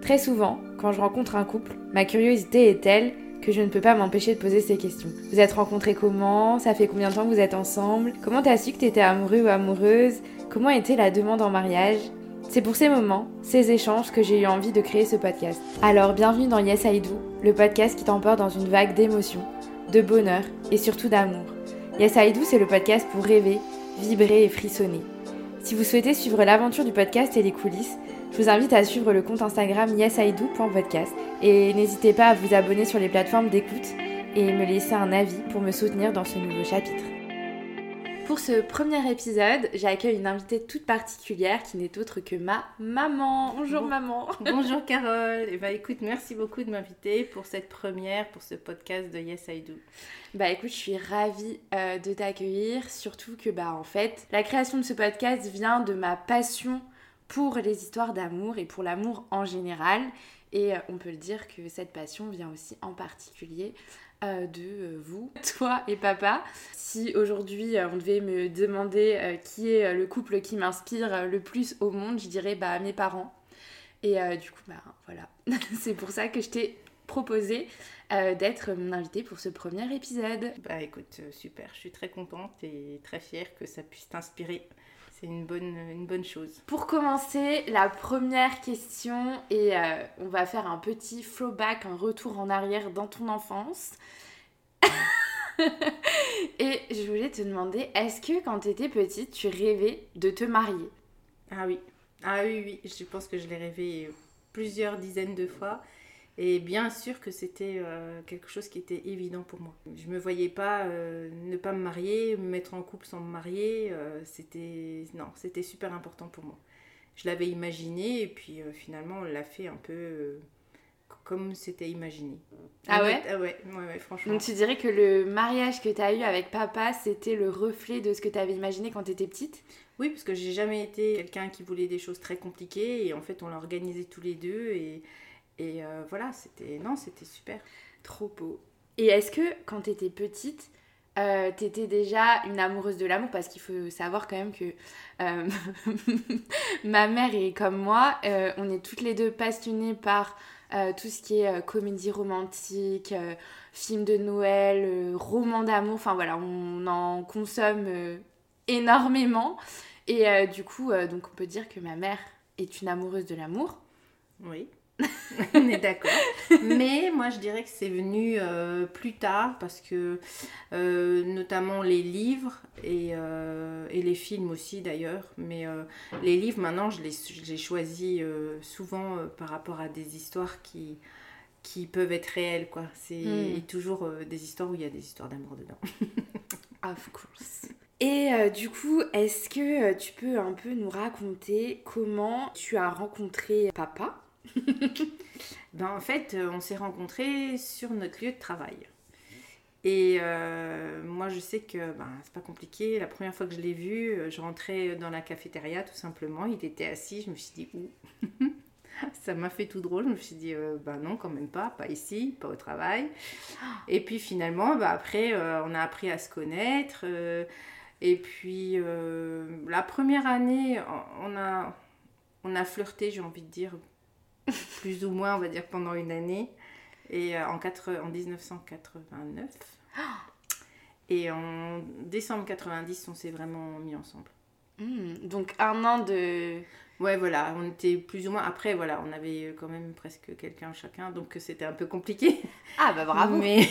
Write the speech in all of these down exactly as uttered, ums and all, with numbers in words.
Très souvent, quand je rencontre un couple, ma curiosité est telle que je ne peux pas m'empêcher de poser ces questions. Vous êtes rencontrés comment? Ça fait combien de temps que vous êtes ensemble? Comment t'as su que t'étais amoureux ou amoureuse? Comment était la demande en mariage? C'est pour ces moments, ces échanges que j'ai eu envie de créer ce podcast. Alors bienvenue dans Yes I Do, le podcast qui t'emporte dans une vague d'émotions, de bonheur et surtout d'amour. Yes I Do, c'est le podcast pour rêver, vibrer et frissonner. Si vous souhaitez suivre l'aventure du podcast et les coulisses, je vous invite à suivre le compte Instagram yes i do point podcast et n'hésitez pas à vous abonner sur les plateformes d'écoute et me laisser un avis pour me soutenir dans ce nouveau chapitre. Pour ce premier épisode, j'accueille une invitée toute particulière qui n'est autre que ma maman. Bonjour bon, maman. Bonjour Carole. Et bah écoute, merci beaucoup de m'inviter pour cette première, pour ce podcast de Yes I Do. Bah écoute, je suis ravie euh, de t'accueillir, surtout que bah en fait, la création de ce podcast vient de ma passion pour les histoires d'amour et pour l'amour en général. Et euh, on peut le dire que cette passion vient aussi en particulier euh, de euh, vous, toi et papa. Si aujourd'hui euh, on devait me demander euh, qui est euh, le couple qui m'inspire euh, le plus au monde, je dirais bah mes parents. Et euh, du coup, bah voilà, c'est pour ça que je t'ai proposé euh, d'être mon invitée pour ce premier épisode. Bah écoute, euh, super, je suis très contente et très fière que ça puisse t'inspirer. C'est une bonne, une bonne chose. Pour commencer, la première question, et euh, on va faire un petit throwback, un retour en arrière dans ton enfance. Et je voulais te demander, est-ce que quand tu étais petite, tu rêvais de te marier? Ah oui, ah oui, oui, je pense que je l'ai rêvé plusieurs dizaines de fois. Et bien sûr que c'était euh, quelque chose qui était évident pour moi. Je me voyais pas euh, ne pas me marier, me mettre en couple sans me marier. Euh, c'était non, c'était super important pour moi. Je l'avais imaginé et puis euh, finalement on l'a fait un peu euh, comme c'était imaginé. Ah ouais? Ah ouais, ouais, ouais, franchement. Donc tu dirais que le mariage que tu as eu avec papa, c'était le reflet de ce que tu avais imaginé quand tu étais petite? Oui, parce que j'ai jamais été quelqu'un qui voulait des choses très compliquées et en fait on l'a organisé tous les deux et Et euh, voilà, c'était non, c'était super. Trop beau. Et est-ce que quand t'étais petite, euh, t'étais déjà une amoureuse de l'amour? Parce qu'il faut savoir quand même que euh, ma mère est comme moi, euh, on est toutes les deux passionnées par euh, tout ce qui est euh, comédie romantique, euh, film de Noël, euh, roman d'amour, enfin voilà, on en consomme euh, énormément. Et euh, du coup, euh, donc on peut dire que ma mère est une amoureuse de l'amour. Oui. On est d'accord. Mais moi, je dirais que c'est venu euh, plus tard parce que euh, notamment les livres et, euh, et les films aussi d'ailleurs. Mais euh, les livres, maintenant, je les, je les choisis euh, souvent euh, par rapport à des histoires qui, qui peuvent être réelles, quoi. C'est mm. toujours euh, des histoires où il y a des histoires d'amour dedans. Of course. Et euh, du coup, est-ce que euh, tu peux un peu nous raconter comment tu as rencontré papa ? Ben, en fait, on s'est rencontrés sur notre lieu de travail. Et euh, moi, je sais que ben, c'est pas compliqué. La première fois que je l'ai vu, je rentrais dans la cafétéria tout simplement. Il était assis. Je me suis dit, ouh, ça m'a fait tout drôle. Je me suis dit, euh, ben non, quand même pas. Pas ici, pas au travail. Et puis finalement, ben, après, euh, on a appris à se connaître. Euh, et puis, euh, la première année, on a, on a flirté, j'ai envie de dire, plus ou moins, on va dire, pendant une année. Et euh, en, quatre, en dix-neuf cent quatre-vingt-neuf. Et en décembre quatre-vingt-dix, on s'est vraiment mis ensemble. Mmh, donc un an de... Ouais, voilà, on était plus ou moins... Après, voilà, on avait quand même presque quelqu'un chacun, donc c'était un peu compliqué. Ah bah bravo. Mais...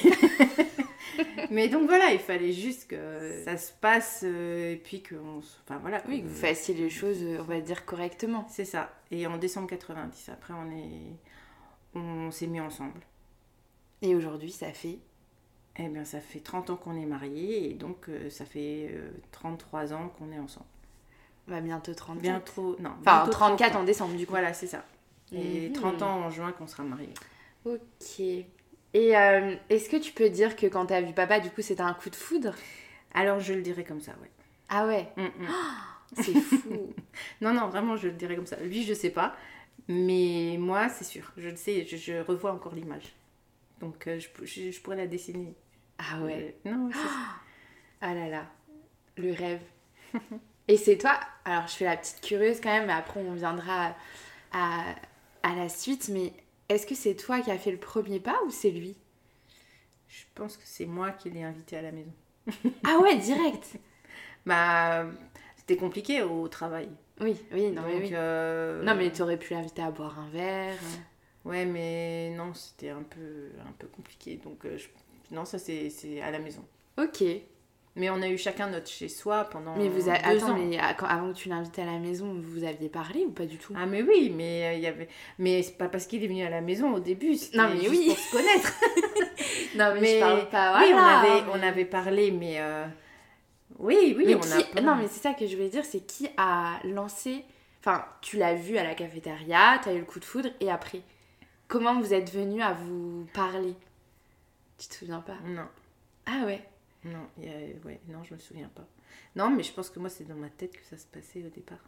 Mais donc voilà, il fallait juste que ça se passe euh, et puis que... On... Enfin voilà. Oui, que vous fassiez les choses, on va dire, correctement. C'est ça. Et en décembre quatre-vingt-dix, après, on, est... on s'est mis ensemble. Et aujourd'hui, ça fait... Eh bien, ça fait trente ans qu'on est mariés et donc euh, ça fait euh, trente-trois ans qu'on est ensemble. Bah bientôt trente-quatre. Bientôt, non. Enfin, trente-quatre en décembre, du coup. Voilà, c'est ça. Et mmh. trente ans en juin qu'on sera mariés. Ok. Et euh, est-ce que tu peux dire que quand t'as vu papa, du coup, c'était un coup de foudre? Alors, je le dirais comme ça, ouais. Ah ouais? mmh, mmh. Oh, c'est fou. Non, non, vraiment, je le dirais comme ça. Lui, je sais pas. Mais moi, c'est sûr. Je le sais, je, je revois encore l'image. Donc, euh, je, je, je pourrais la dessiner. Ah ouais? Euh, non, c'est ça. Ah là là, le rêve. Et c'est toi, alors je fais la petite curieuse quand même, mais après on viendra à, à la la suite, mais est-ce que c'est toi qui as fait le premier pas ou c'est lui? Je pense que c'est moi qui l'ai invité à la maison. Ah ouais, direct. Bah, c'était compliqué au travail. Oui, oui, non Donc, mais oui. euh, Non mais t'aurais pu l'inviter à boire un verre. Ouais, mais non, c'était un peu, un peu compliqué. Donc, euh, je... non, ça, c'est, c'est à la maison. Ok. Mais on a eu chacun notre chez-soi pendant Mais vous a... deux Attends, ans. mais à- quand- avant que tu l'invites à la maison, vous aviez parlé ou pas du tout? Ah, mais oui, mais euh, il y avait... Mais c'est pas parce qu'il est venu à la maison au début, c'était Non, mais juste oui. pour se connaître. Non mais, Mais je parle pas, oui, on voilà, avait, mais- on avait parlé, mais... euh, Oui, oui, Mais on qui... a pas... Non mais c'est ça que je voulais dire, c'est qui a lancé... Enfin, tu l'as vu à la cafétéria, t'as eu le coup de foudre, et après, comment vous êtes venus à vous parler? Tu te souviens pas? Non, Ah ouais. non, il y a... ouais, non, je me souviens pas. Non, mais je pense que moi, c'est dans ma tête que ça se passait au départ.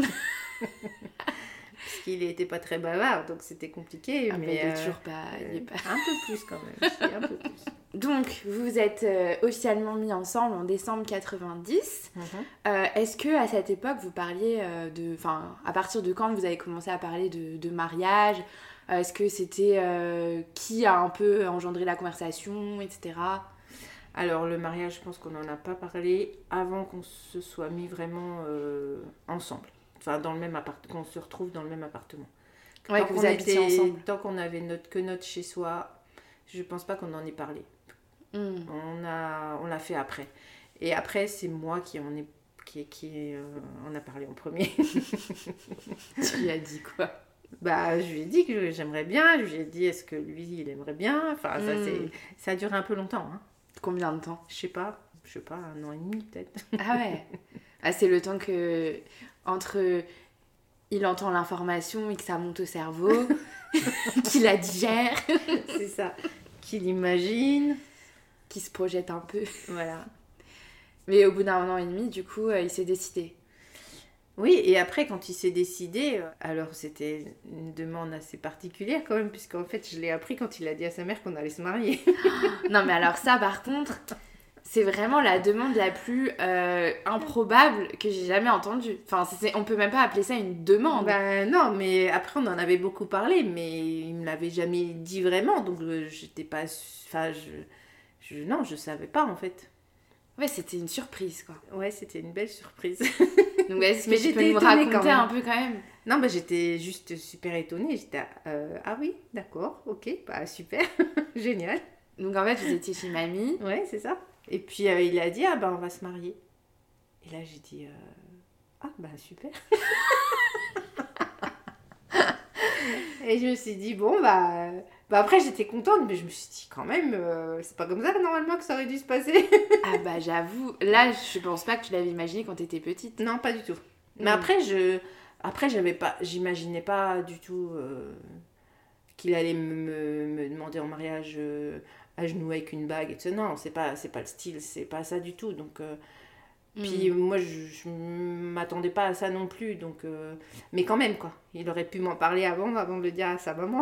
Parce qu'il était pas très bavard, donc c'était compliqué. Ah, mais mais il est euh, toujours pas... il est pas... Un peu plus quand même, si, un peu plus. Donc, vous vous êtes euh, officiellement mis ensemble en décembre quatre-vingt-dix. Mhm. Euh, est-ce que à cette époque, vous parliez euh, de... Enfin, à partir de quand vous avez commencé à parler de, de mariage? Euh, Est-ce que c'était euh, qui a un peu engendré la conversation, et cetera. Alors, le mariage, je pense qu'on n'en a pas parlé avant qu'on se soit mis vraiment euh, ensemble. Enfin, dans le même appart- qu'on se retrouve dans le même appartement. Ouais, Tant que qu'on vous habitiez était- ensemble. Tant qu'on avait notre, que notre chez-soi, je pense pas qu'on en ait parlé. Hmm. On, a, on l'a fait après. Et après, c'est moi qui en ai, qui, qui euh, en a parlé en premier. Tu lui as dit quoi? Bah, je lui ai dit que j'aimerais bien. Je lui ai dit, est-ce que lui, il aimerait bien? Enfin, ça, Hmm. c'est, ça a duré un peu longtemps. Hein. Combien de temps? Je sais pas. Je sais pas, un an et demi peut-être. Ah ouais. Ah, c'est le temps que... Entre... Il entend l'information et que ça monte au cerveau, qu'il la digère, C'est ça. Qu'il imagine. qu'il se projette un peu. Voilà. Mais au bout d'un an et demi, du coup, euh, il s'est décidé. Oui, et après, quand il s'est décidé, euh, alors c'était une demande assez particulière quand même, puisqu'en fait, je l'ai appris quand il a dit à sa mère qu'on allait se marier. Non, mais alors ça, par contre, c'est vraiment la demande la plus euh, improbable que j'ai jamais entendue. Enfin, c'est, on peut même pas appeler ça une demande. Ben non, mais après, on en avait beaucoup parlé, mais il me l'avait jamais dit vraiment, donc euh, j'étais pas... Enfin, je, je... Non, je savais pas, en fait. Ouais, c'était une surprise, quoi. Ouais, c'était une belle surprise. Donc, est-ce que Mais tu j'étais peux nous étonnée raconter quand même. un peu quand même? Non, bah j'étais juste super étonnée. J'étais, euh, ah oui, d'accord, ok, bah super, génial. Donc, en fait, vous étiez chez mamie. Ouais, c'est ça. Et puis euh, il a dit, ah bah on va se marier. Et là j'ai dit, euh, ah bah super. Et je me suis dit, bon bah... bah après j'étais contente, mais je me suis dit quand même, euh, c'est pas comme ça normalement que ça aurait dû se passer. Ah bah, j'avoue, là, je pense pas que tu l'avais imaginé quand t'étais petite. Non, pas du tout. Mais Mm. après, je... après j'avais pas... j'imaginais pas du tout euh, qu'il allait me, me, me demander en mariage euh, à genoux avec une bague et tout ça. Non, c'est pas, c'est pas le style, c'est pas ça du tout. Donc, euh, puis Mm. moi, je, je m'attendais pas à ça non plus. Donc, euh, mais quand même, quoi. Il aurait pu m'en parler avant, avant de le dire à sa maman.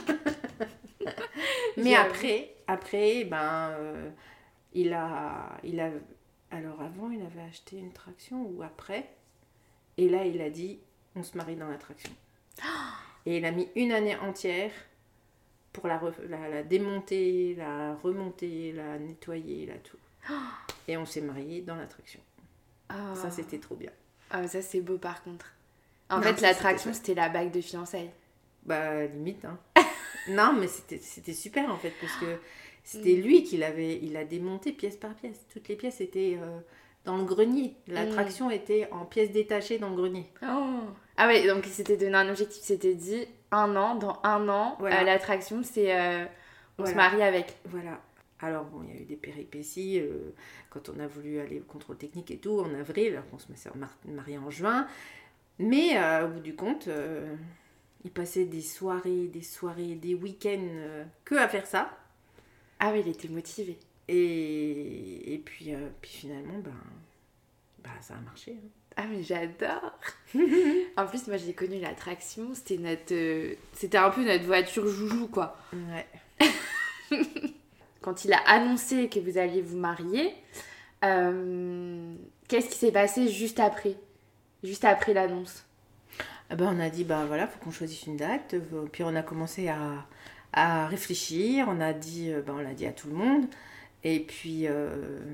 Mais J'avoue. après, après, ben, euh, il a, il a... Alors avant, il avait acheté une traction ou après. Et là, il a dit, on se marie dans la traction. Et il a mis une année entière pour la, re- la, la démonter, la remonter, la nettoyer, la tout. Et on s'est mariés dans la traction. Ah. Ça, c'était trop bien. Ah, ça, c'est beau par contre. En Non, fait, ça, l'attraction, c'était c'était la bague de fiançailles. Bah, limite, hein. Non, mais c'était, c'était super, en fait, parce que c'était lui qui l'avait... Il a démonté pièce par pièce. Toutes les pièces étaient euh, dans le grenier. L'attraction était en pièces détachées dans le grenier. Oh. Ah ouais, donc il s'était donné un objectif, c'était dit un an, dans un an, Voilà. euh, l'attraction, c'est euh, on Voilà. se marie avec. Voilà. Alors, bon, il y a eu des péripéties euh, quand on a voulu aller au contrôle technique et tout, en avril, alors qu'on se s'est mar- marié en juin. Mais euh, au bout du compte, euh, il passait des soirées, des soirées, des week-ends euh, que à faire ça. Ah oui, il était motivé. Et, et puis, euh, puis finalement, ben, ben, ça a marché. hein. Ah mais j'adore. En plus, moi j'ai connu l'attraction, c'était notre, euh, c'était un peu notre voiture joujou quoi. Ouais. Quand il a annoncé que vous alliez vous marier, euh, qu'est-ce qui s'est passé juste après, juste après l'annonce? Ah ben, on a dit, bah voilà, faut qu'on choisisse une date. Puis on a commencé à, à réfléchir. On a dit, bah, on l'a dit à tout le monde. Et puis, euh,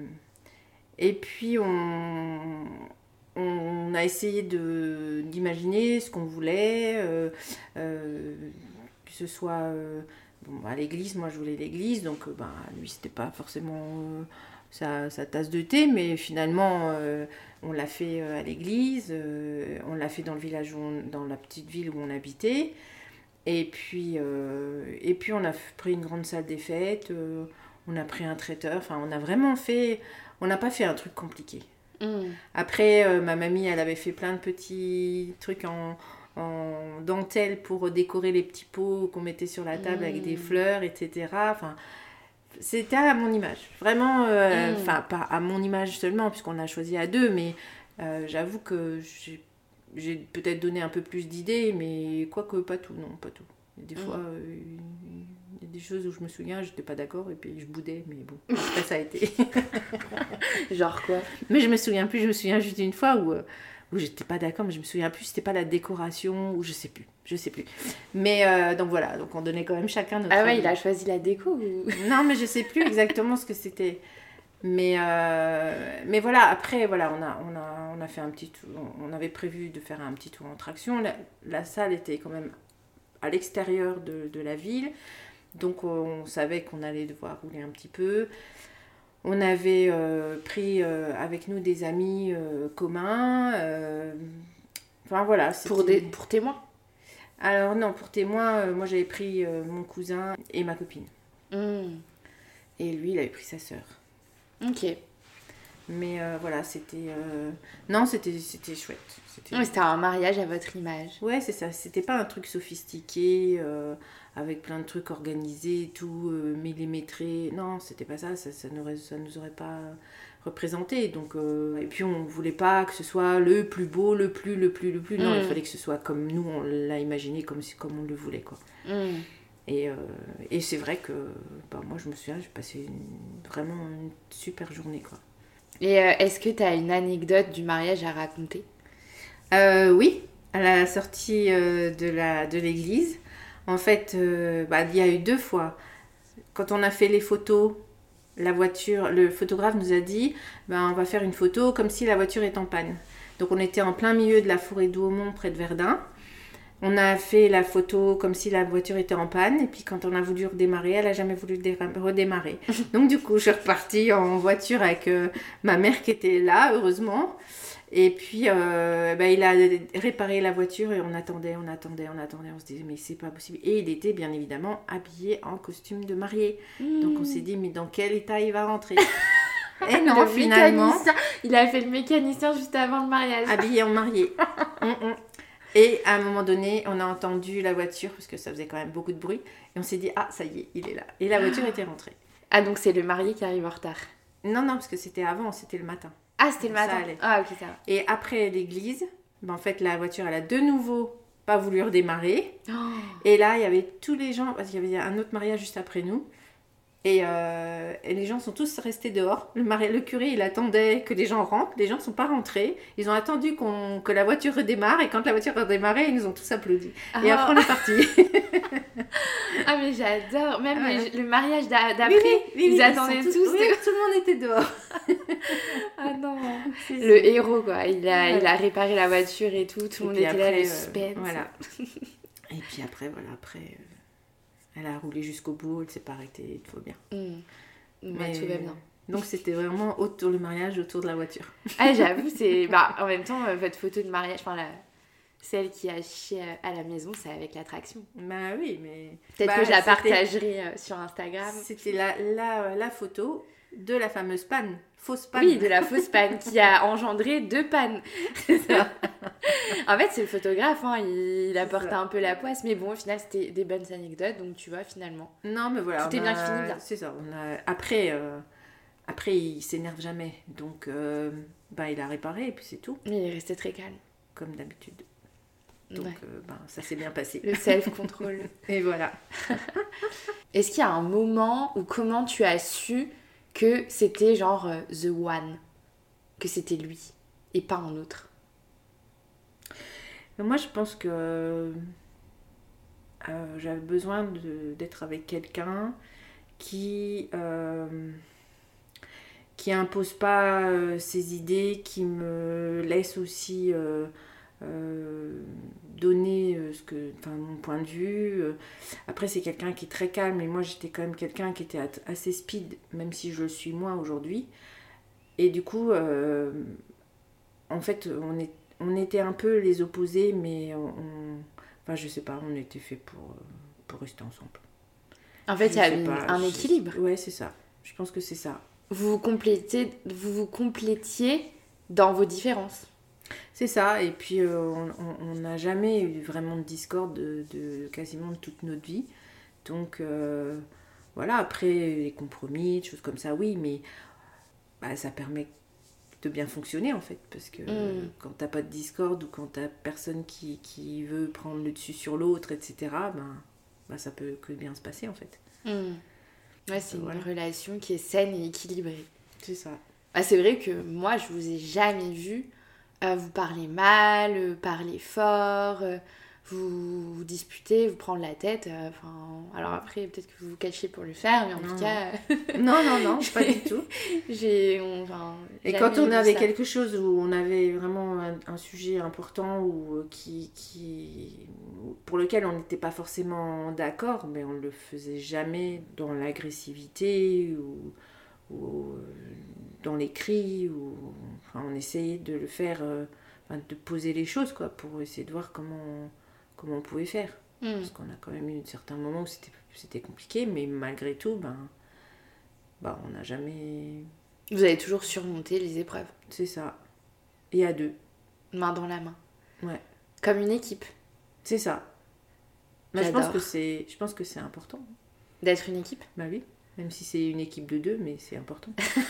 et puis on, on a essayé de, d'imaginer ce qu'on voulait, euh, euh, que ce soit euh, bon, à l'église. Moi, je voulais l'église, donc bah, lui, c'était pas forcément euh, sa, sa tasse de thé, mais finalement, euh, on l'a fait à l'église, euh, on l'a fait dans le village, où on, dans la petite ville où on habitait. Et puis, euh, et puis on a pris une grande salle des fêtes, euh, on a pris un traiteur, enfin on a vraiment fait, on n'a pas fait un truc compliqué. Mmh. Après, euh, ma mamie, elle avait fait plein de petits trucs en, en dentelle pour décorer les petits pots qu'on mettait sur la table mmh. avec des fleurs, et cetera. Enfin, c'était à mon image, vraiment, enfin euh, mmh. pas à mon image seulement, puisqu'on a choisi à deux, mais euh, j'avoue que j'ai J'ai peut-être donné un peu plus d'idées, mais quoique pas tout, non, pas tout. Des fois, il mmh. euh, y a des choses où je me souviens, j'étais pas d'accord, et puis je boudais, mais bon, après ça a été. Genre quoi? Mais je me souviens plus, je me souviens juste d'une fois où, où j'étais pas d'accord, mais je me souviens plus, c'était pas la décoration, ou je sais plus, je sais plus. Mais euh, donc voilà, donc on donnait quand même chacun notre Ah ouais, avis. il a choisi la déco ou... Non, mais je sais plus exactement ce que c'était. Mais, euh, mais voilà, après, voilà, on a, on, a, on a fait un petit tour, on avait prévu de faire un petit tour en traction. La, la salle était quand même à l'extérieur de, de la ville, donc on savait qu'on allait devoir rouler un petit peu. On avait euh, pris euh, avec nous des amis euh, communs. Euh, enfin voilà. Pour, des, pour témoins? Alors non, pour témoins, euh, moi j'avais pris euh, mon cousin et ma copine. Mmh. Et lui, il avait pris sa sœur. Ok. Mais euh, voilà, c'était... Euh... Non, c'était, c'était chouette. C'était... Oui, c'était un mariage à votre image. Ouais, c'est ça. C'était pas un truc sophistiqué, euh, avec plein de trucs organisés, tout euh, millimétré. Non, c'était pas ça. Ça, ça, n'aurait, ça nous aurait pas représenté. Donc, euh... Et puis, on voulait pas que ce soit le plus beau, le plus, le plus, le plus. Non, mmh. il fallait que ce soit comme nous, on l'a imaginé, comme, comme on le voulait, quoi. Mmh. Et, euh, et c'est vrai que bah, moi, je me souviens, j'ai passé une, vraiment une super journée, quoi. Et euh, est-ce que tu as une anecdote du mariage à raconter? euh, Oui, à la sortie euh, de, la, de l'église. En fait, euh, bah, il y a eu deux fois. Quand on a fait les photos, la voiture, le photographe nous a dit bah, on va faire une photo comme si la voiture est en panne. Donc on était en plein milieu de la forêt d'Ouaumont, près de Verdun. On a fait la photo comme si la voiture était en panne. Et puis quand on a voulu redémarrer, elle n'a jamais voulu dé- redémarrer. Donc du coup, je suis repartie en voiture avec euh, ma mère qui était là, heureusement. Et puis, euh, bah, il a réparé la voiture et on attendait, on attendait, on attendait. On se disait, mais c'est pas possible. Et il était bien évidemment habillé en costume de mariée. Mmh. Donc on s'est dit, mais dans quel état il va rentrer? Et non, le finalement... Il a fait le mécanicien juste avant le mariage. Habillé en mariée. mmh, mmh. Et à un moment donné, on a entendu la voiture, parce que ça faisait quand même beaucoup de bruit, et on s'est dit, ah, ça y est, il est là. Et la voiture était rentrée. Ah, donc c'est le marié qui arrive en retard? Non, non, parce que c'était avant, c'était le matin. Ah, c'était le matin. Ah, ok, ça va. Et après l'église, ben, en fait, la voiture, elle a de nouveau pas voulu redémarrer. Oh. Et là, il y avait tous les gens, parce qu'il y avait un autre mariage juste après nous. Et, euh, et les gens sont tous restés dehors. Le, mari, le curé, il attendait que les gens rentrent. Les gens ne sont pas rentrés. Ils ont attendu qu'on, que la voiture redémarre. Et quand la voiture a redémarré, ils nous ont tous applaudi. Ah. Et après, on est partis. Ah, mais j'adore. Même ah, les, le mariage d'après, oui, oui, oui, ils oui, attendaient ils tous. tous oui, tout le monde était dehors. Ah non. C'est le ça. Héros, quoi. Il a, ouais. il a réparé la voiture et tout. Tout le monde était après, là, le suspense. Euh, voilà. Et puis après, voilà, après... Euh... Elle a roulé jusqu'au bout, elle ne s'est pas arrêtée, tout va bien. Mmh. Mais tout va bien. Donc c'était vraiment autour le mariage, autour de la voiture. Ah, j'avoue, c'est... Bah, en même temps, euh, votre photo de mariage, enfin, la... celle qui a chié à la maison, c'est avec l'attraction. Bah oui, mais... Peut-être bah, que je la partagerai euh, sur Instagram. C'était la, la, la photo de la fameuse panne. Fausse panne. Oui, de la fausse panne qui a engendré deux pannes. C'est ça. En fait, c'est le photographe, hein, il, il apporte un peu la poisse, mais bon, au final, c'était des bonnes anecdotes, donc tu vois, finalement. Non, mais voilà. Tout est a... bien qui finit bien. C'est ça. On a... Après, euh... Après, il s'énerve jamais, donc euh... bah, il a réparé et puis c'est tout. Mais il est resté très calme. Comme d'habitude. Donc, ouais. euh, bah, ça s'est bien passé. Le self-control. Et voilà. Est-ce qu'il y a un moment où comment tu as su que c'était genre euh, the one, que c'était lui et pas un autre? Mais moi, je pense que euh, j'avais besoin de, d'être avec quelqu'un qui euh, qui impose pas euh, ses idées, qui me laisse aussi euh, euh, donner euh, ce que, enfin, mon point de vue. Après, c'est quelqu'un qui est très calme, et moi, j'étais quand même quelqu'un qui était assez speed, même si je le suis moins aujourd'hui. Et du coup, euh, en fait, on, est, on était un peu les opposés, mais on, on- enfin, je sais pas, on était fait pour, euh, pour rester ensemble. En fait, Je il y a sais une- pas, un je- équilibre. Ouais, c'est ça. Je pense que c'est ça. Vous vous complétiez, vous vous complétiez dans vos différences. C'est ça, et puis euh, on on- on n'a jamais eu vraiment de discorde de, de quasiment de toute notre vie. Donc euh, voilà, après les compromis, des choses comme ça, oui, mais bah, ça permet de bien fonctionner en fait, parce que Mm. quand t'as pas de discorde ou quand t'as personne qui, qui veut prendre le dessus sur l'autre, et cetera, ben, bah, ça peut que bien se passer en fait. Mm. Ouais, c'est Euh, une voilà, relation qui est saine et équilibrée. c'est ça. Bah, c'est vrai que moi, je vous ai jamais vu euh, vous parler mal, euh, parler fort, euh, vous, vous disputer, vous prendre la tête. euh, Enfin, alors après, peut-être que vous vous cachez pour le faire, mais en Non, tout non. cas, Non, non, non, pas du tout. j'ai, on- enfin, Et jamais quand on vu avait ça. quelque chose où on avait vraiment un, un sujet important ou euh, qui, qui, pour lequel on n'était pas forcément d'accord, mais on ne le faisait jamais dans l'agressivité ou, ou, euh, dans les cris. Ou, enfin, on essayait de le faire, euh, enfin, de poser les choses quoi, pour essayer de voir comment, comment on pouvait faire. Mm. Parce qu'on a quand même eu certains moments où c'était, c'était compliqué, mais malgré tout, ben, ben, on n'a jamais... Vous avez toujours surmonté les épreuves, C'est ça. Et à deux. main dans la main, Ouais, comme une équipe, c'est ça. Mais je pense J'adore. que c'est, je pense que c'est important. d'être une équipe. Bah oui, même si c'est une équipe de deux, mais c'est important.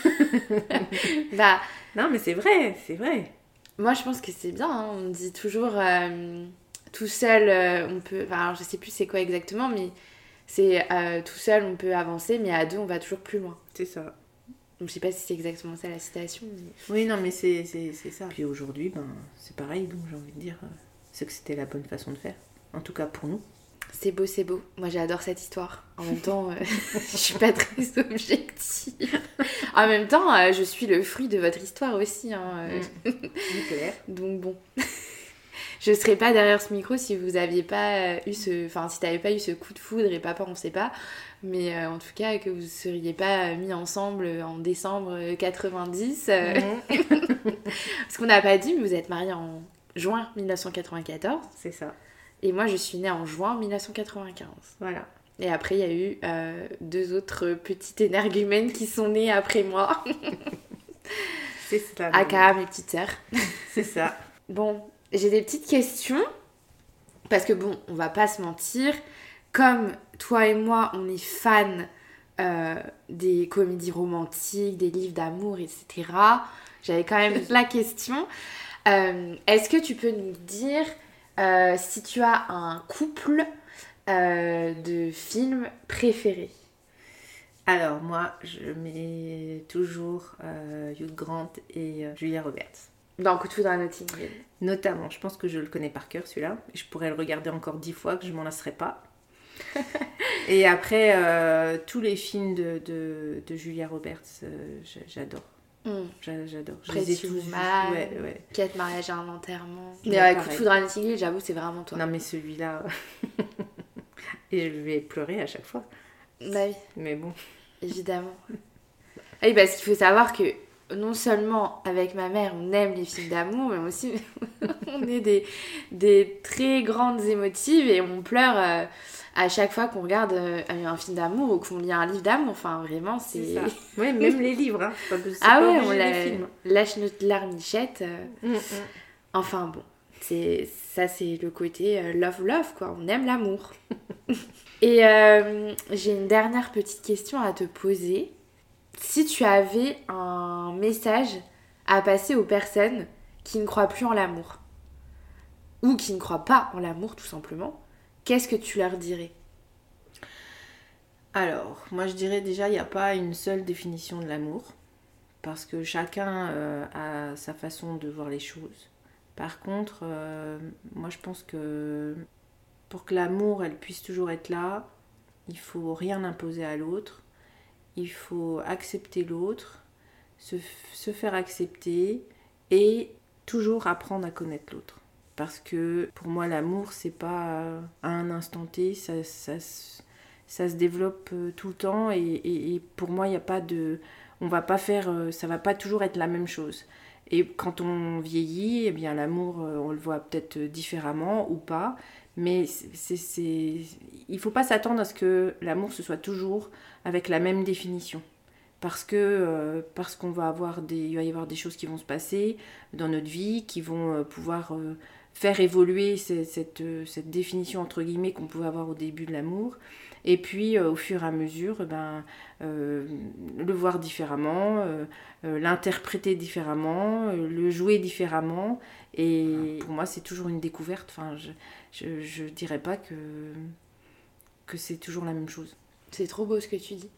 Bah, Non, mais c'est vrai, c'est vrai. moi, je pense que c'est bien. Hein. On dit toujours euh, tout seul, euh, on peut. Enfin, alors, je sais plus c'est quoi exactement, mais c'est euh, tout seul, on peut avancer, mais à deux, on va toujours plus loin. C'est ça. Donc, je sais pas si c'est exactement ça la citation. Mais... Oui, non, mais c'est, c'est, c'est ça. Puis aujourd'hui, ben, c'est pareil, donc j'ai envie de dire, euh, c'est que c'était la bonne façon de faire. En tout cas pour nous. C'est beau, c'est beau. Moi, j'adore cette histoire. En même temps, euh, je suis pas très objective. En même temps, euh, je suis le fruit de votre histoire aussi. Hein, euh. C'est clair. Donc bon. Je serais pas derrière ce micro si vous aviez pas eu ce... Enfin, si t'avais pas eu ce coup de foudre et papa, on sait pas. Mais euh, en tout cas, que vous seriez pas mis ensemble en décembre quatre-vingt-dix. euh, Mhm. Parce qu'on n'a pas dit, mais vous êtes mariés en juin dix-neuf cent quatre-vingt-quatorze. C'est ça. Et moi, je suis née en juin dix-neuf cent quatre-vingt-quinze. Voilà. Et après, il y a eu euh, deux autres petites énergumènes qui sont nées après moi. C'est ça. Aka, mes petites sœurs. C'est ça. Bon, j'ai des petites questions. Parce que bon, on va pas se mentir. Comme toi et moi, on est fans euh, des comédies romantiques, des livres d'amour, et cetera. J'avais quand même la question. Euh, est-ce que tu peux nous dire euh, si tu as un couple euh, de films préférés? Alors moi, je mets toujours euh, Hugh Grant et euh, Julia Roberts. Dans Coup de foudre à Notting Hill. Notamment, je pense que je le connais par cœur celui-là. Et je pourrais le regarder encore dix fois, que je m'en lasserai pas. Et après, euh, tous les films de, de, de Julia Roberts, euh, j'a- j'adore. Mm. J'a- J'adore. Je les ai Pretty tous vus. Woman, Ouais, ouais. Quatre mariages et un enterrement. Ouais, Mais euh, Coup de pareil. foudre à Notting Hill, j'avoue, c'est vraiment toi. Non mais celui-là... Et je vais pleurer à chaque fois. Bah oui, Mais bon. évidemment. Oui, parce qu'il faut savoir que non seulement avec ma mère, on aime les films d'amour, mais aussi on est des, des très grandes émotives et on pleure euh, à chaque fois qu'on regarde euh, un film d'amour ou qu'on lit un livre d'amour. Enfin, vraiment, c'est... C'est ça. Ouais, même les livres. Hein. C'est pas, c'est Ah pas ouais, obligé on des la... films. lâche notre larmichette. euh. Mm, mm. Enfin bon, c'est... ça c'est le côté euh, love-love, quoi. On aime l'amour. Et euh, j'ai une dernière petite question à te poser. Si tu avais un message à passer aux personnes qui ne croient plus en l'amour, ou qui ne croient pas en l'amour tout simplement, qu'est-ce que tu leur dirais? Alors, moi je dirais déjà, il n'y a pas une seule définition de l'amour. Parce que chacun euh, a sa façon de voir les choses. Par contre, euh, moi je pense que pour que l'amour elle puisse toujours être là, il faut rien imposer à l'autre, il faut accepter l'autre, se, se faire accepter et toujours apprendre à connaître l'autre. Parce que pour moi l'amour c'est pas à un instant T, ça, ça, ça se développe tout le temps et, et, et pour moi il n'y a pas de... On va pas faire... Ça va pas toujours être la même chose. Et quand on vieillit, eh bien l'amour on le voit peut-être différemment ou pas. Mais c'est, c'est, il ne faut pas s'attendre à ce que l'amour ce soit toujours avec la même définition. Parce, que, euh, parce qu'on va avoir des, il va y avoir des choses qui vont se passer dans notre vie, qui vont euh, pouvoir euh, faire évoluer cette, cette, cette définition entre guillemets qu'on pouvait avoir au début de l'amour. Et puis euh, au fur et à mesure, ben, euh, le voir différemment, euh, euh, l'interpréter différemment, euh, le jouer différemment. Et pour moi, c'est toujours une découverte. Enfin, je ne dirais pas que, que c'est toujours la même chose. C'est trop beau ce que tu dis.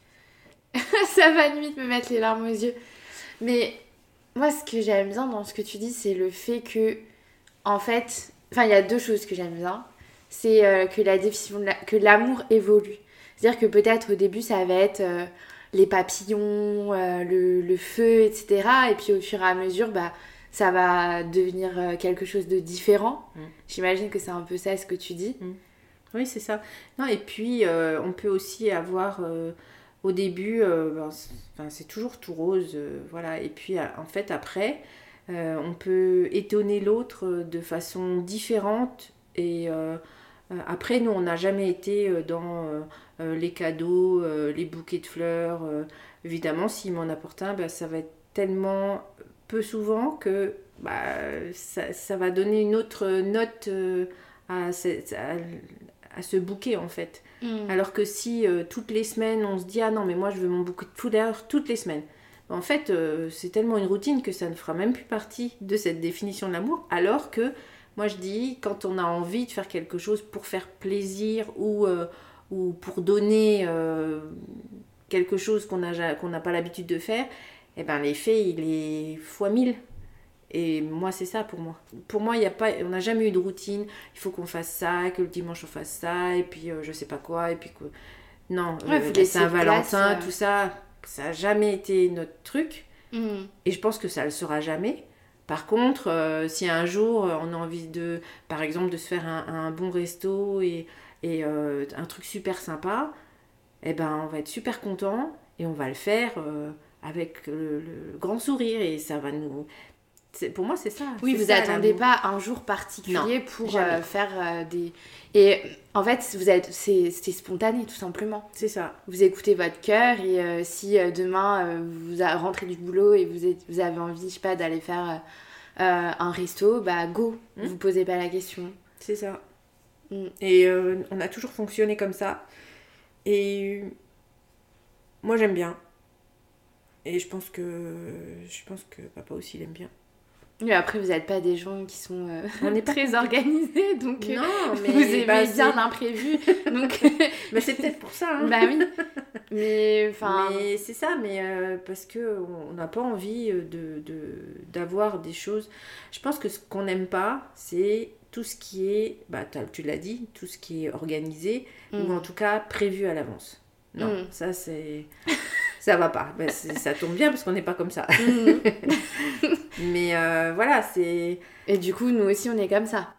Ça va limite me mettre les larmes aux yeux. Mais moi, ce que j'aime bien dans ce que tu dis, c'est le fait que, en fait, enfin, il y a deux choses que j'aime bien. C'est euh, que, la définition de la... que l'amour évolue. C'est-à-dire que peut-être au début, ça va être euh, les papillons, euh, le, le feu, et cetera. Et puis au fur et à mesure, bah, ça va devenir euh, quelque chose de différent. Mmh. J'imagine que c'est un peu ça ce que tu dis. Mmh. Oui, c'est ça. Non, et puis, euh, on peut aussi avoir... Euh, au début, euh, ben, c'est, enfin, c'est toujours tout rose. Euh, voilà. Et puis, en fait, après, euh, on peut étonner l'autre de façon différente. Et euh, après, nous, on n'a jamais été dans euh, les cadeaux, euh, les bouquets de fleurs. Euh, évidemment, s'il m'en apporte un, ben, ça va être tellement peu souvent que bah, ça, ça va donner une autre note euh, à, cette, à, à ce bouquet, en fait. Mmh. Alors que si euh, toutes les semaines, on se dit « Ah non, mais moi, je veux mon bouquet de fleurs toutes les semaines », en fait, euh, c'est tellement une routine que ça ne fera même plus partie de cette définition de l'amour. Alors que, moi, je dis, quand on a envie de faire quelque chose pour faire plaisir ou, euh, ou pour donner euh, quelque chose qu'on n'a qu'on n'a pas l'habitude de faire, eh ben, l'effet, il est fois mille. Et moi, c'est ça pour moi. Pour moi, y a pas, on n'a jamais eu de routine. Il faut qu'on fasse ça, que le dimanche, on fasse ça, et puis euh, je sais pas quoi, et puis que... Non, ouais, euh, Saint-Valentin, euh... tout ça, ça n'a jamais été notre truc. Mmh. Et je pense que ça ne le sera jamais. Par contre, euh, si un jour, on a envie de, par exemple, de se faire un, un bon resto et, et euh, un truc super sympa, eh ben, on va être super content et on va le faire euh, avec le, le grand sourire et ça va nous... C'est, pour moi, c'est ça. Oui, c'est vous ça, attendez pas un jour particulier non, pour euh, faire euh, des... Et en fait, vous êtes, c'est, c'est spontané, tout simplement. C'est ça. Vous écoutez votre cœur et euh, si euh, demain, euh, vous rentrez du boulot et vous, êtes, vous avez envie, je sais pas, d'aller faire euh, un resto, bah go, mmh. vous posez pas la question. C'est ça. Mmh. Et euh, on a toujours fonctionné comme ça. Et moi, j'aime bien. Et je pense que, je pense que papa aussi, il aime bien. Oui, après, vous n'êtes pas des gens qui sont euh, on est très organisés, donc non, mais vous aimez bah, bien l'imprévu. Donc... mais c'est peut-être pour ça. Hein. Bah oui. Mais, mais c'est ça, mais euh, parce qu'on n'a pas envie de, de, d'avoir des choses... Je pense que ce qu'on n'aime pas, c'est tout ce qui est, bah, tu l'as dit, tout ce qui est organisé, mm. ou en tout cas prévu à l'avance. Non, mm. ça c'est... Ça va pas, ben, ça tombe bien parce qu'on n'est pas comme ça. Mmh. Mais euh, voilà, c'est... Et du coup, nous aussi, on est comme ça.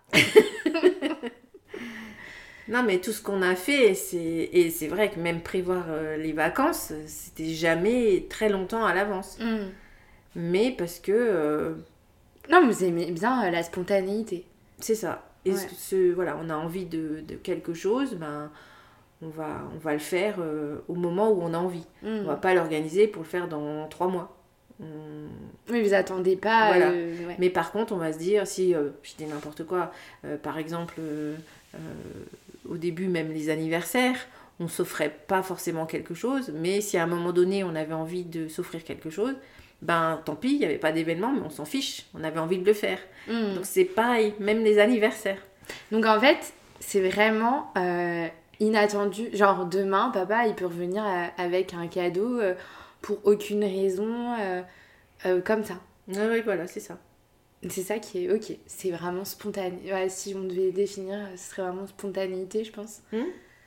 Non, mais tout ce qu'on a fait, c'est... et c'est vrai que même prévoir euh, les vacances, c'était jamais très longtemps à l'avance. Mmh. Mais parce que... Euh... Non, vous aimez bien euh, la spontanéité. C'est ça. Et ouais. ce, ce, voilà, on a envie de, de quelque chose, ben... On va, on va le faire euh, au moment où on a envie. Mmh. On va pas l'organiser pour le faire dans trois mois. On... Oui, vous attendez pas. Voilà. Euh, ouais. Mais par contre, on va se dire, si euh, je dis n'importe quoi, euh, par exemple, euh, euh, au début, même les anniversaires, on s'offrait pas forcément quelque chose, mais si à un moment donné, on avait envie de s'offrir quelque chose, ben tant pis, il n'y avait pas d'événement, mais on s'en fiche. On avait envie de le faire. Mmh. Donc c'est pareil, même les anniversaires. Donc en fait, c'est vraiment... Euh... inattendu, genre demain papa il peut revenir avec un cadeau euh, pour aucune raison euh, euh, comme ça. Ah oui, voilà, c'est ça. C'est ça qui est ok, c'est vraiment spontané. Ouais, si on devait définir, ce serait vraiment spontanéité, je pense. Mmh.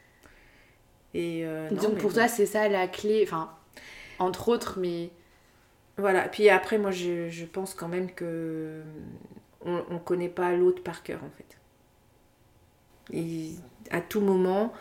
Et euh, non, Donc mais pour bon. toi, c'est ça la clé, enfin, entre autres, mais... Voilà, puis après, moi, je, je pense quand même que on, on connaît pas l'autre par cœur, en fait. Et à tout moment,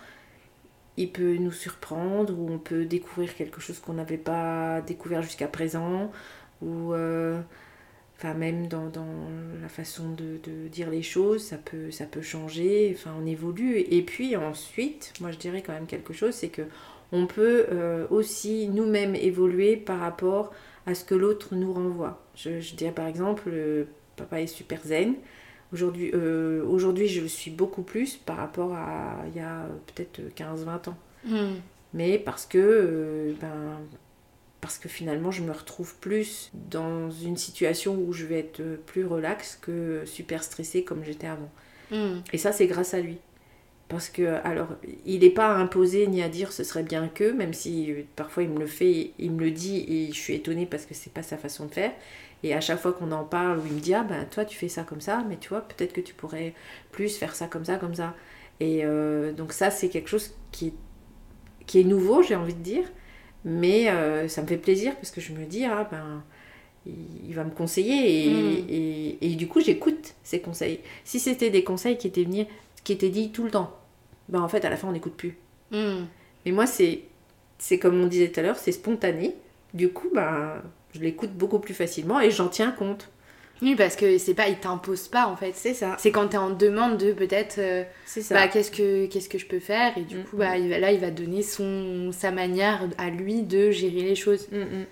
il peut nous surprendre, ou on peut découvrir quelque chose qu'on n'avait pas découvert jusqu'à présent, ou... Euh, Enfin, même dans, dans la façon de, de dire les choses, ça peut, ça peut changer, enfin, on évolue. Et puis ensuite, moi je dirais quand même quelque chose, c'est que on peut euh, aussi nous-mêmes évoluer par rapport à ce que l'autre nous renvoie. Je, je dirais par exemple, euh, papa est super zen. Aujourd'hui, euh, aujourd'hui, je le suis beaucoup plus par rapport à il y a peut-être quinze vingt ans. Mm. Mais parce que euh, ben, parce que finalement je me retrouve plus dans une situation où je vais être plus relax que super stressée comme j'étais avant. Mm. Et ça c'est grâce à lui. Parce que, alors, il n'est pas à imposer ni à dire ce serait bien que, même si euh, parfois il me le fait, il me le dit et je suis étonnée parce que c'est pas sa façon de faire. Et à chaque fois qu'on en parle, où il me dit ah ben toi tu fais ça comme ça, mais tu vois peut-être que tu pourrais plus faire ça comme ça comme ça. Et euh, donc ça c'est quelque chose qui est, qui est nouveau, j'ai envie de dire. Mais euh, ça me fait plaisir parce que je me dis, ah ben, il, il va me conseiller et, Mm. et, et du coup, j'écoute ses conseils. Si c'était des conseils qui étaient, venus, qui étaient dits tout le temps, ben en fait, à la fin, on n'écoute plus. Mm. Mais moi, c'est, c'est comme on disait tout à l'heure, c'est spontané. Du coup, ben, je l'écoute beaucoup plus facilement et j'en tiens compte. Oui, parce que c'est pas, il t'impose pas en fait. C'est ça. C'est quand t'es en demande de peut-être, euh, C'est ça. bah qu'est-ce que qu'est-ce que je peux faire et du Mm, coup mm. bah il va, là il va donner son sa manière à lui de gérer les choses. Mm, mm.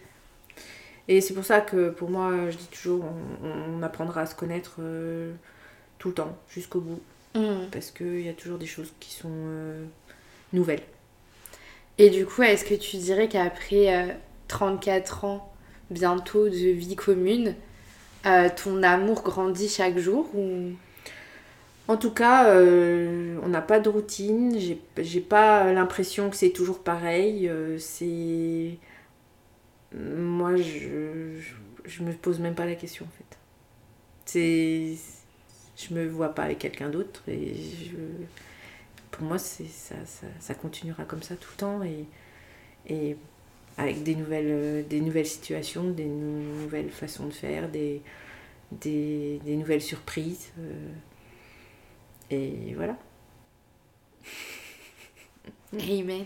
Et c'est pour ça que pour moi, je dis toujours, on, on apprendra à se connaître euh, tout le temps, jusqu'au bout. Mm. Parce qu'il y a toujours des choses qui sont euh, nouvelles. Et du coup, est-ce que tu dirais qu'après euh, trente-quatre ans bientôt de vie commune, euh, ton amour grandit chaque jour ou... En tout cas, euh, on n'a pas de routine. J'ai, j'ai pas l'impression que c'est toujours pareil. Euh, c'est... Moi, je, je, je me pose même pas la question en fait. C'est... Je me vois pas avec quelqu'un d'autre et je... pour moi, c'est, ça, ça, ça continuera comme ça tout le temps et, et avec des nouvelles, des nouvelles situations, des nouvelles façons de faire, des, des, des nouvelles surprises. Euh, et voilà. Amen.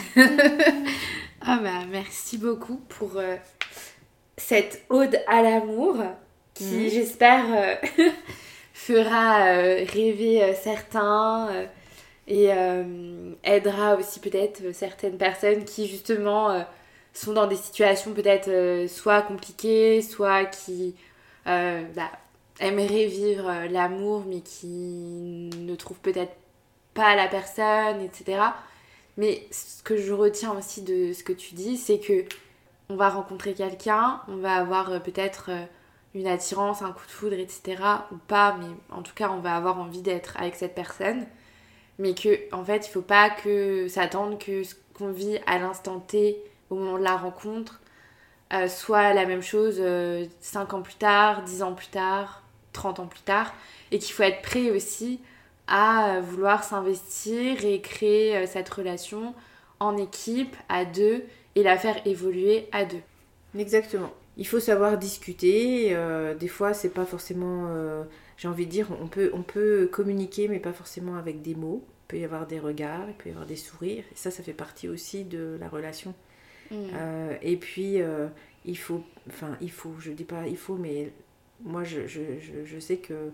Ah bah merci beaucoup pour euh, cette ode à l'amour qui Mhm. j'espère euh, fera euh, rêver euh, certains euh, et euh, aidera aussi peut-être certaines personnes qui justement euh, sont dans des situations peut-être euh, soit compliquées, soit qui euh, bah, aimeraient vivre euh, l'amour mais qui ne trouvent peut-être pas la personne, et cetera. Mais ce que je retiens aussi de ce que tu dis, c'est que on va rencontrer quelqu'un, on va avoir euh, peut-être euh, une attirance, un coup de foudre, et cetera. Ou pas, mais en tout cas, on va avoir envie d'être avec cette personne. Mais que, en fait, il faut pas que s'attendre que ce qu'on vit à l'instant T, au moment de la rencontre, euh, soit la même chose euh, cinq ans plus tard, dix ans plus tard, trente ans plus tard. Et qu'il faut être prêt aussi à vouloir s'investir et créer euh, cette relation en équipe, à deux, et la faire évoluer à deux. Exactement. Il faut savoir discuter. Euh, des fois, c'est pas forcément. Euh, j'ai envie de dire, on peut, on peut communiquer, mais pas forcément avec des mots. Il peut y avoir des regards, il peut y avoir des sourires. Et ça, ça fait partie aussi de la relation. Mmh. Euh, et puis, euh, il faut. Enfin, il faut, je dis pas il faut, mais moi, je, je, je, je sais que.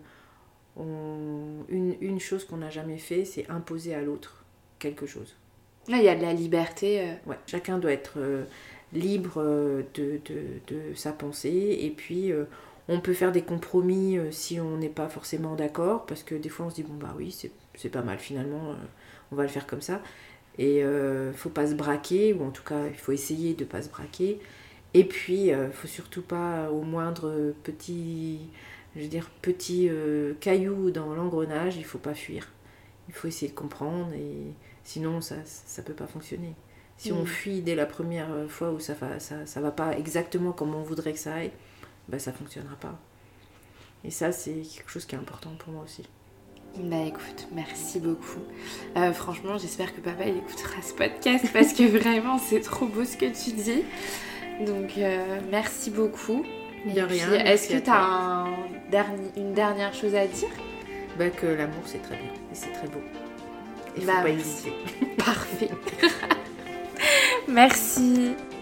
On, une, une chose qu'on n'a jamais fait, c'est imposer à l'autre quelque chose. Là, il y a de la liberté. Euh... Ouais, chacun doit être euh, libre euh, de, de, de sa pensée et puis euh, on peut faire des compromis euh, si on n'est pas forcément d'accord parce que des fois on se dit bon bah oui c'est, c'est pas mal finalement euh, on va le faire comme ça et euh, faut pas se braquer ou en tout cas il faut essayer de pas se braquer et puis euh, faut surtout pas au moindre petit je veux dire petit euh, caillou dans l'engrenage il faut pas fuir il faut essayer de comprendre et sinon, ça ne peut pas fonctionner. Si mmh. on fuit dès la première fois où ça va, ça, ça va pas exactement comme on voudrait que ça aille, ben ça ne fonctionnera pas. Et ça, c'est quelque chose qui est important pour moi aussi. Bah écoute, merci beaucoup. Euh, franchement, j'espère que papa il écoutera ce podcast parce que vraiment c'est trop beau ce que tu dis. Donc euh, merci beaucoup. Il n'y a rien. Est-ce que tu as un dernier, une dernière chose à dire? Bah que l'amour c'est très bien et c'est très beau. Il ne bah, faut pas merci. hésiter. Parfait. Merci.